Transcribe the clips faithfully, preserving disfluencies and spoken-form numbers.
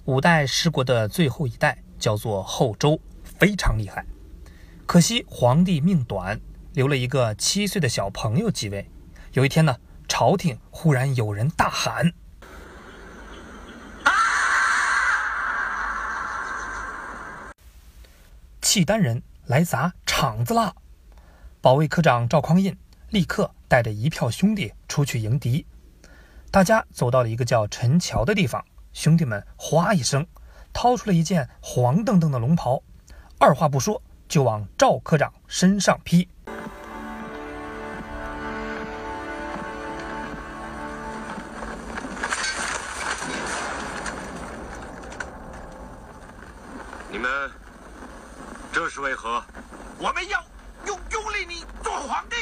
五代十国的最后一代叫做后周，非常厉害。可惜皇帝命短，留了一个七岁的小朋友继位。有一天呢，朝廷忽然有人大喊：契丹人来砸场子啦！保卫科长赵匡胤立刻带着一票兄弟出去迎敌。大家走到了一个叫陈桥的地方，兄弟们哗一声掏出了一件黄澄澄的龙袍，二话不说就往赵科长身上披。 你们这是为何？ 我们要用拥立你做皇帝。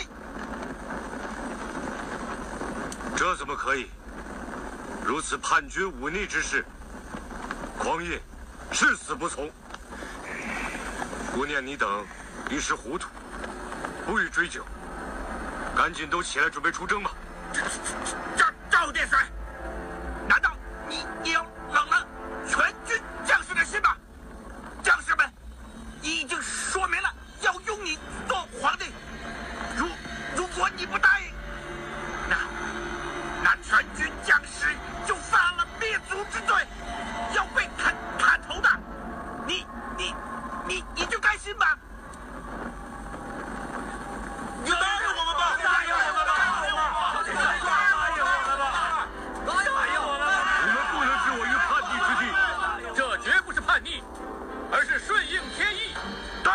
这怎么可以？如此叛军忤逆之事，匡胤誓死不从。顾念你等一时糊涂，不予追究。赶紧都起来准备出征吧。 赵赵殿帅，难道你你要冷了全军将士的心吗？将士们已经说明了要拥你做皇帝，如如果你不答应，那那全军将士就犯了灭族之罪，要被砍砍头的。你你你你就甘心吧？你答应我们吧！答应我们吧！答应我们吧！答应我们吧！答应我们吧！ 你们不能置我于叛逆之地。 这绝不是叛逆，而是顺应天意。 对。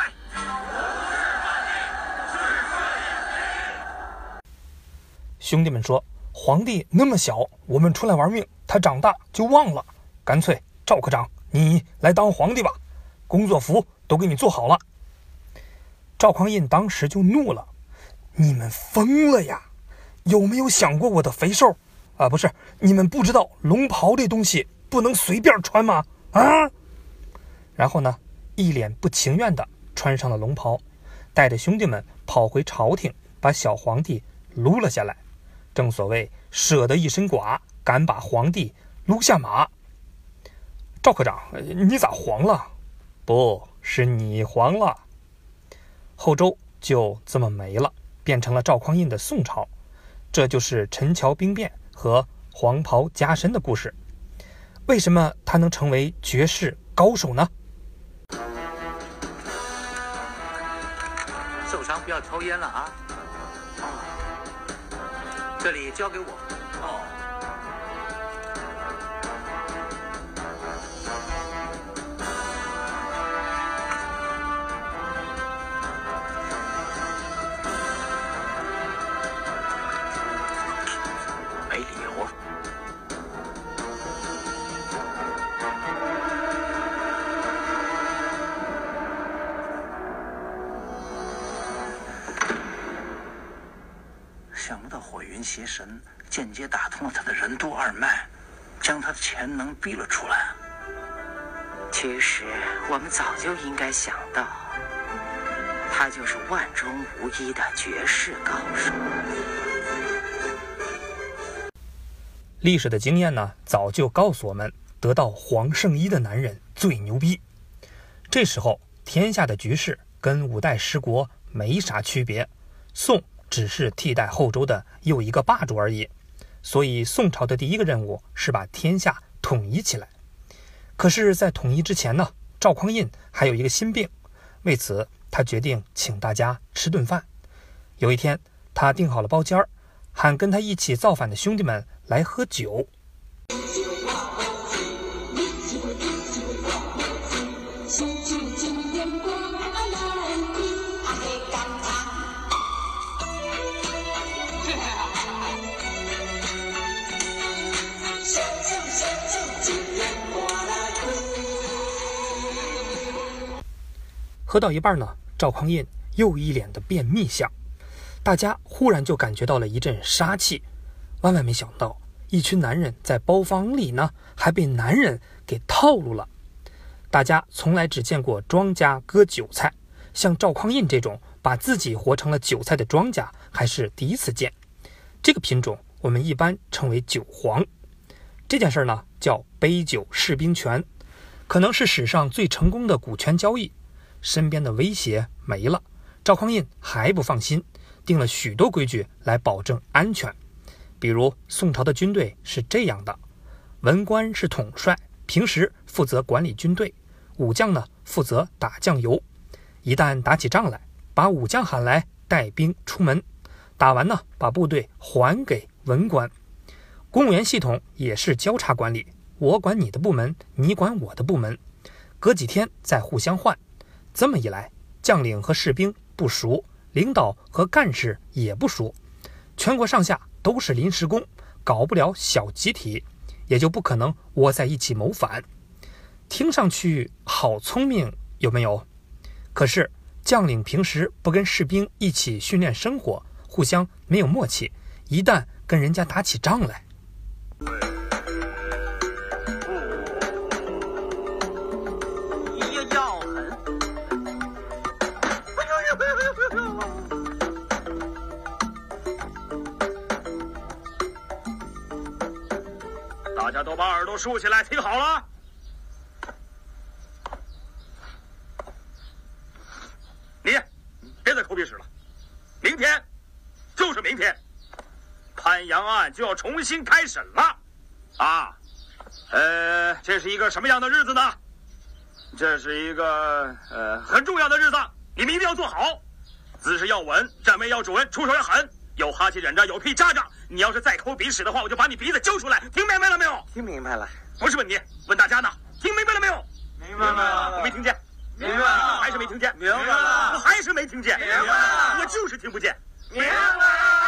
兄弟们说，皇帝那么小，我们出来玩命，他长大就忘了，干脆赵科长你来当皇帝吧，工作服都给你做好了。赵匡胤当时就怒了，你们疯了呀，有没有想过我的肥瘦啊？不是，你们不知道龙袍这东西不能随便穿吗？啊！然后呢，一脸不情愿地穿上了龙袍，带着兄弟们跑回朝廷，把小皇帝撸了下来。正所谓舍得一身剐，敢把皇帝撸下马。赵科长，你咋黄了？不是你黄了。后周就这么没了，变成了赵匡胤的宋朝。这就是陈桥兵变和黄袍加身的故事。为什么他能成为绝世高手呢？ 受伤不要抽烟了啊！这里交给我。哦。没理由。想不到火云邪神间接打通了他的任督二脉，将他的潜能逼了出来。 其实我们早就应该想到，他就是万中无一的绝世高手。 历史的经验呢，早就告诉我们，得到黄圣依的男人最牛逼。这时候天下的局势跟五代十国没啥区别，宋只是替代后周的又一个霸主而已。所以宋朝的第一个任务是把天下统一起来。可是在统一之前呢，赵匡胤还有一个心病，为此他决定请大家吃顿饭。有一天他订好了包间儿，喊跟他一起造反的兄弟们来喝酒。喝到一半呢，赵匡胤又一脸的便秘相，大家忽然就感觉到了一阵杀气。万万没想到，一群男人在包房里呢，还被男人给套路了。大家从来只见过庄家割韭菜，像赵匡胤这种把自己活成了韭菜的庄家还是第一次见。这个品种我们一般称为韭黄。这件事呢叫杯酒释兵权， 可能是史上最成功的股权交易，身边的威胁没了，赵匡胤还不放心，定了许多规矩来保证安全。比如宋朝的军队是这样的，文官是统帅，平时负责管理军队，武将呢负责打酱油。一旦打起仗来，把武将喊来带兵出门，打完呢把部队还给文官。公务员系统也是交叉管理，我管你的部门，你管我的部门，隔几天再互相换。这么一来，将领和士兵不熟，领导和干事也不熟，全国上下都是临时工，搞不了小集体，也就不可能窝在一起谋反。听上去好聪明，有没有？可是将领平时不跟士兵一起训练生活，互相没有默契，一旦跟人家打起仗来， 要狠！ 大家都把耳朵竖起来，听好了。你别再抠鼻屎了，明天就是明天，潘阳案就要重新开审了啊！呃，这是一个什么样的日子呢？这是一个呃很重要的日子，你们一定要做好，姿势要稳，站位要准，出手要狠，有哈气忍着，有屁扎着。你要是再抠鼻屎的话，我就把你鼻子揪出来，听明白了没有？ 听明白了。 不是问你，问大家呢，听明白了没有？ 明白了。 我没听见。 明白了。 还是没听见。 明白了。 我还是没听见。 明白了。 我就是听不见。 明白了。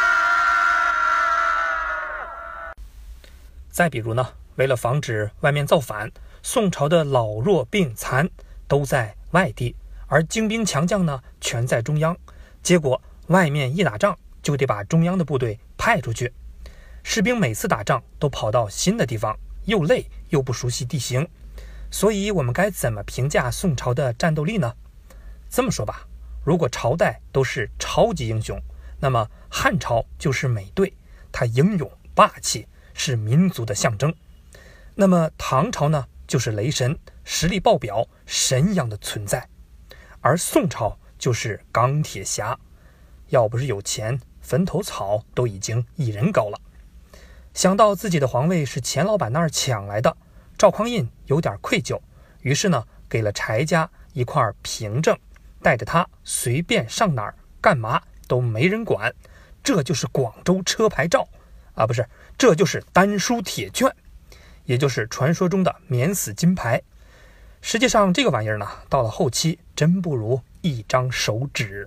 再比如呢，为了防止外面造反，宋朝的老弱病残都在外地，而精兵强将呢全在中央，结果外面一打仗就得把中央的部队派出去，士兵每次打仗都跑到新的地方，又累又不熟悉地形。所以我们该怎么评价宋朝的战斗力呢？这么说吧，如果朝代都是超级英雄，那么汉朝就是美队，它英勇霸气，是民族的象征。那么唐朝呢，就是雷神，实力爆表，神一样的存在。而宋朝就是钢铁侠，要不是有钱，坟头草都已经一人高了。想到自己的皇位是钱老板那儿抢来的，赵匡胤有点愧疚，于是呢，给了柴家一块凭证，带着他随便上哪儿干嘛都没人管。这就是广州车牌照啊，不是，这就是丹书铁券，也就是传说中的免死金牌。实际上这个玩意儿呢，到了后期真不如一张手指。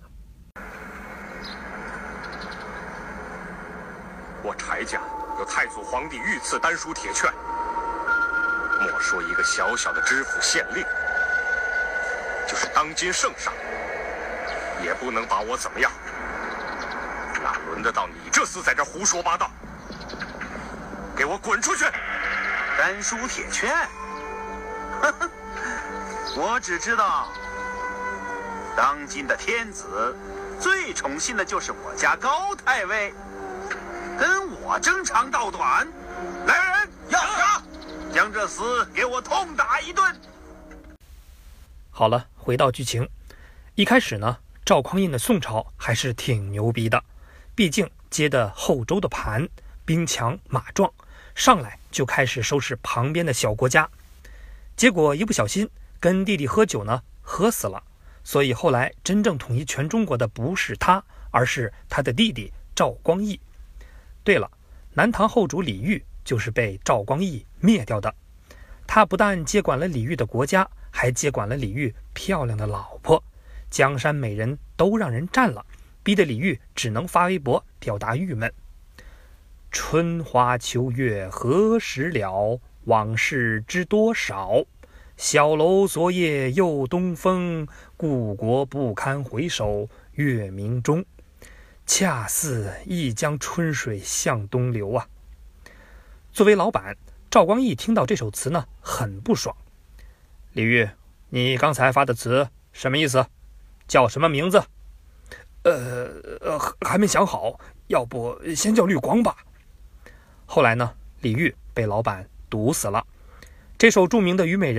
我柴家有太祖皇帝御赐丹书铁券，莫说一个小小的知府县令，就是当今圣上，也不能把我怎么样。哪轮得到你这厮在这胡说八道？给我滚出去！ 丹书铁券，呵呵，我只知道，当今的天子最宠信的就是我家高太尉，跟我争长道短。来人，要杀！将这厮给我痛打一顿。 好了，回到剧情，一开始呢，赵匡胤的宋朝还是挺牛逼的，毕竟接的后周的盘，兵强马壮，上来就开始收拾旁边的小国家。结果一不小心跟弟弟喝酒呢，喝死了。所以后来真正统一全中国的不是他，而是他的弟弟赵光义。对了，南唐后主李煜就是被赵光义灭掉的。他不但接管了李煜的国家，还接管了李煜漂亮的老婆，江山美人都让人占了，逼得李煜只能发微博表达郁闷。春花秋月何时了？往事知多少？小楼昨夜又东风，故国不堪回首月明中。恰似一江春水向东流啊！作为老板，赵光义听到这首词呢，很不爽。李煜，你刚才发的词什么意思？叫什么名字？呃呃，还没想好，要不先叫绿光吧。后来呢，李煜被老板毒死了。这首著名的《虞美人》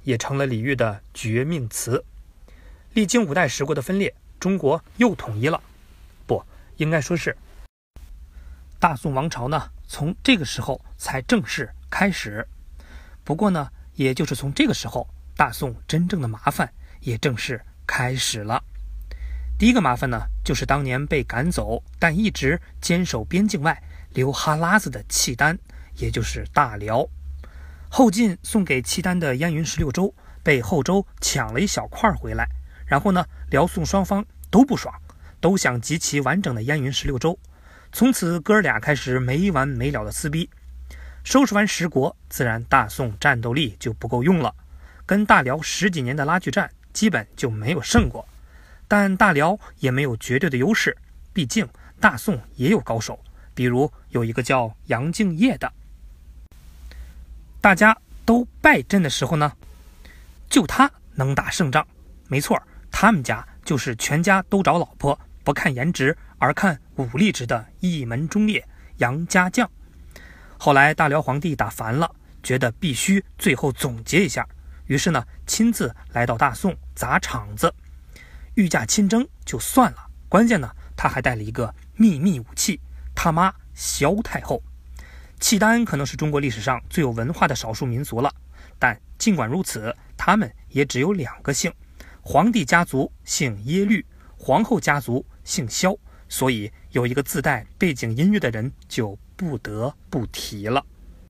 也成了李煜的绝命词。历经五代十国的分裂，中国又统一了。不，应该说是大宋王朝呢，从这个时候才正式开始。不过呢，也就是从这个时候，大宋真正的麻烦也正式开始了。第一个麻烦呢，就是当年被赶走但一直坚守边境外流哈喇子的契丹，也就是大辽。后晋送给契丹的燕云十六州被后周抢了一小块回来，然后呢，辽宋双方都不爽，都想集齐完整的燕云十六州。从此哥俩开始没完没了的撕逼。收拾完十国，自然大宋战斗力就不够用了，跟大辽十几年的拉锯战基本就没有胜过。但大辽也没有绝对的优势，毕竟大宋也有高手，比如有一个叫杨敬业的。大家都败阵的时候呢，就他能打胜仗。没错，他们家就是全家都找老婆，不看颜值而看武力值的一门忠烈杨家将。后来大辽皇帝打烦了，觉得必须最后总结一下，于是呢，亲自来到大宋砸场子。御驾亲征就算了，关键呢，他还带了一个秘密武器，他妈萧太后。契丹可能是中国历史上最有文化的少数民族了，但尽管如此，他们也只有两个姓，皇帝家族姓耶律，皇后家族姓萧，所以有一个自带背景音乐的人就不得不提了。